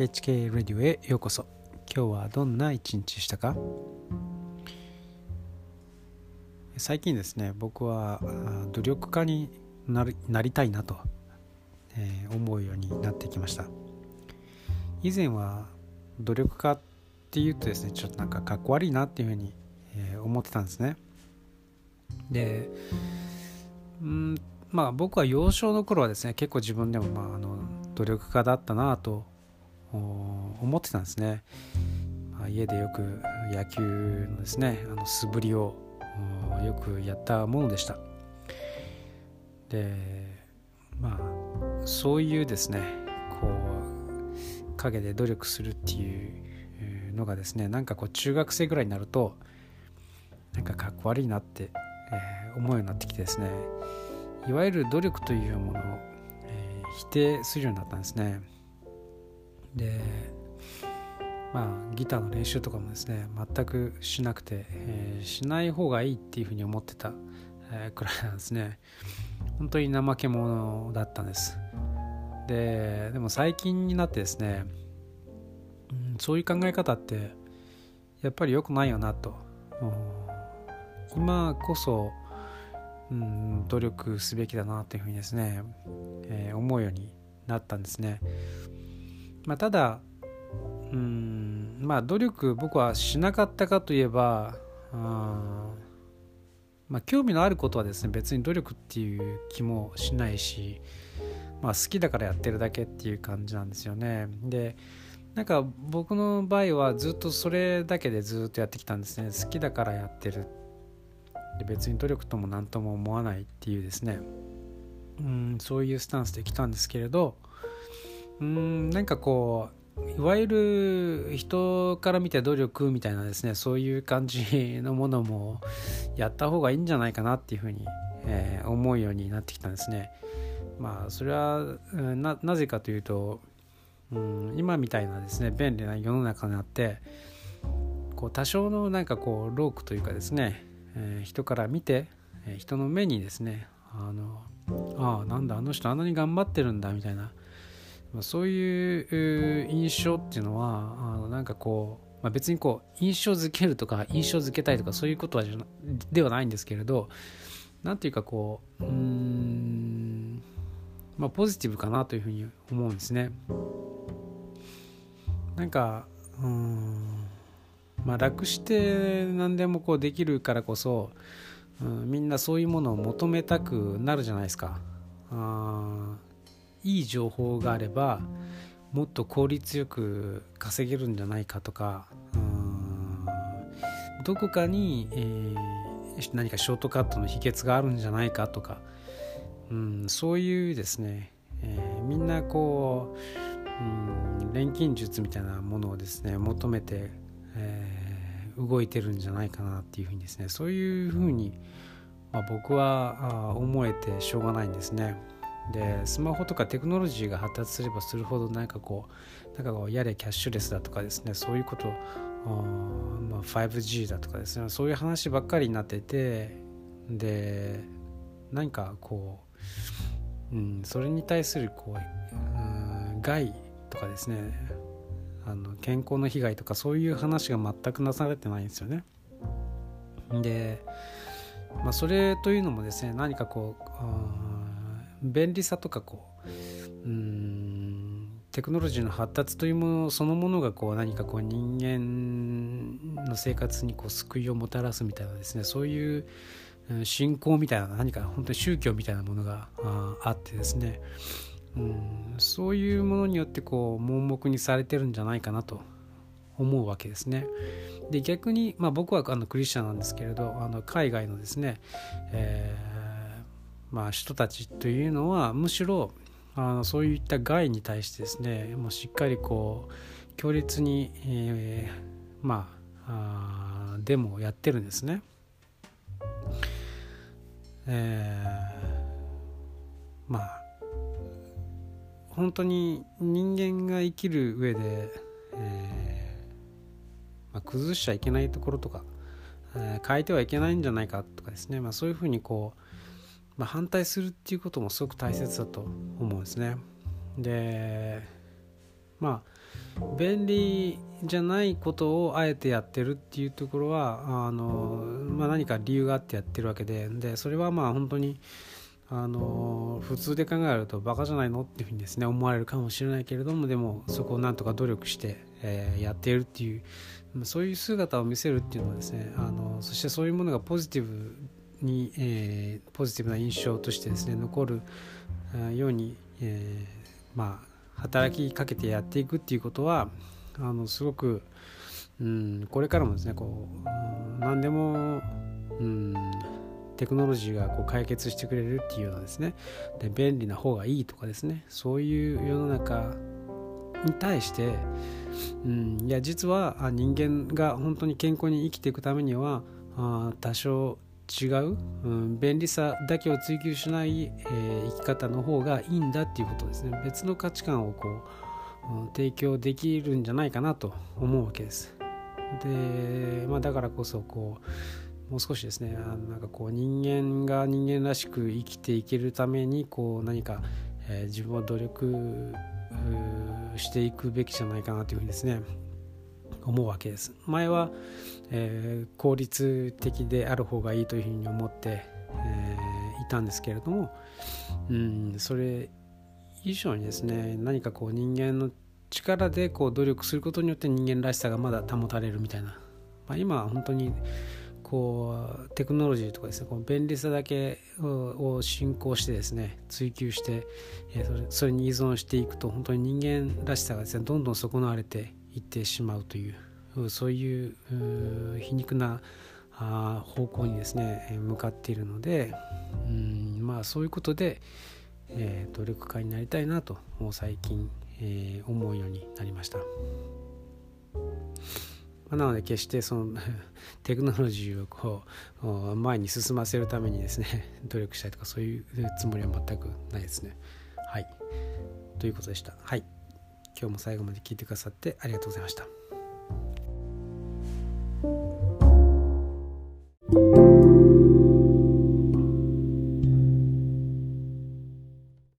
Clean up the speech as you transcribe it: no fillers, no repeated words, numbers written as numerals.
HK ラディオへようこそ。今日はどんな一日でしたか？最近ですね、僕は努力家になりたいなと、思うようになってきました。以前は努力家っていうとですね、ちょっとなんかかっこ悪いなっていうふうに、思ってたんですね。で、僕は幼少の頃はですね、結構自分でも努力家だったなと思ってたんですね。家でよく野球のですね素振りをよくやったものでした。でそういうですね陰で努力するっていうのがですね、なんか中学生ぐらいになるとなんかかっこ悪いなって、思うようになってきてですね、いわゆる努力というものを、否定するようになったんですね。でギターの練習とかもですね全くしなくて、しない方がいいっていうふうに思ってた、くらいなんですね。本当に怠け者だったんです。でも最近になってですね、そういう考え方ってやっぱり良くないよなと、今こそ、努力すべきだなというふうにですね、思うようになったんですね。ただ努力僕はしなかったかといえば、興味のあることはですね別に努力っていう気もしないし、好きだからやってるだけっていう感じなんですよね。でなんか僕の場合はずっとそれだけでずっとやってきたんですね。好きだからやってる、で別に努力とも何とも思わないっていうですね、そういうスタンスで来たんですけれど、なんかいわゆる人から見て努力みたいなですね、そういう感じのものもやった方がいいんじゃないかなっていうふうに、思うようになってきたんですね。それは なぜかというと、今みたいなですね便利な世の中になって多少のなんかロークというかですね、人から見て、人の目にですねなんだあの人あんなに頑張ってるんだみたいな、そういう印象っていうのはなんか別に印象づけるとか印象づけたいとかそういうことはではないんですけれど、なんていうかポジティブかなというふうに思うんですね。なんか楽して何でもできるからこそ、みんなそういうものを求めたくなるじゃないですか。いい情報があればもっと効率よく稼げるんじゃないかとか、どこかに、何かショートカットの秘訣があるんじゃないかとか、そういうですね、みんな錬金術みたいなものをですね求めて、動いてるんじゃないかなっていうふうにですね、そういうふうに、僕は思えてしょうがないんですね。でスマホとかテクノロジーが発達すればするほどやれキャッシュレスだとかですね、そういうこと、5G だとかですね、そういう話ばっかりになってて、で何かそれに対する害とかですね、健康の被害とかそういう話が全くなされてないんですよね。で、それというのもですね、何か便利さとかテクノロジーの発達というものそのものが何か人間の生活に救いをもたらすみたいなですね、そういう信仰みたいな、何か本当に宗教みたいなものがあってですね、そういうものによって盲目にされてるんじゃないかなと思うわけですね。で逆に、僕はクリスチャンなんですけれど、海外のですね、人たちというのはむしろそういった害に対してですね、もうしっかり強烈に、デモをやってるんですね。本当に人間が生きる上で、崩しちゃいけないところとか、変えてはいけないんじゃないかとかですね、そういうふうに反対するっていうこともすごく大切だと思うんですね。で便利じゃないことをあえてやってるっていうところは何か理由があってやってるわけで、それは本当に普通で考えるとバカじゃないのっていうふうにですね思われるかもしれないけれども、でもそこをなんとか努力して、やっているっていう、そういう姿を見せるっていうのはですね、そしてそういうものがポジティブな印象としてですね残るように、働きかけてやっていくっていうことはすごく、これからもですね何でも、テクノロジーが解決してくれるっていうようなですね、で便利な方がいいとかですね、そういう世の中に対して、いや実は人間が本当に健康に生きていくためには多少違う、便利さだけを追求しない、生き方の方がいいんだっていうことですね。別の価値観を提供できるんじゃないかなと思うわけです。で、だからこそもう少しですね、人間が人間らしく生きていけるために何か、自分を努力していくべきじゃないかなというふうにですね思うわけです。前は、効率的である方がいいというふうに思って、いたんですけれども、それ以上にですね何か人間の力で努力することによって人間らしさがまだ保たれるみたいな、今は本当にテクノロジーとかですね便利さだけを進行してですね追求して、それに依存していくと本当に人間らしさがですねどんどん損なわれていってしまうという、そういう皮肉な方向にですね向かっているので、そういうことで、努力家になりたいなと最近、思うようになりました。なので決してそのテクノロジーを前に進ませるためにですね努力したいとかそういうつもりは全くないですね。はい、ということでした。はい、今日も最後まで聞いてくださってありがとうございました。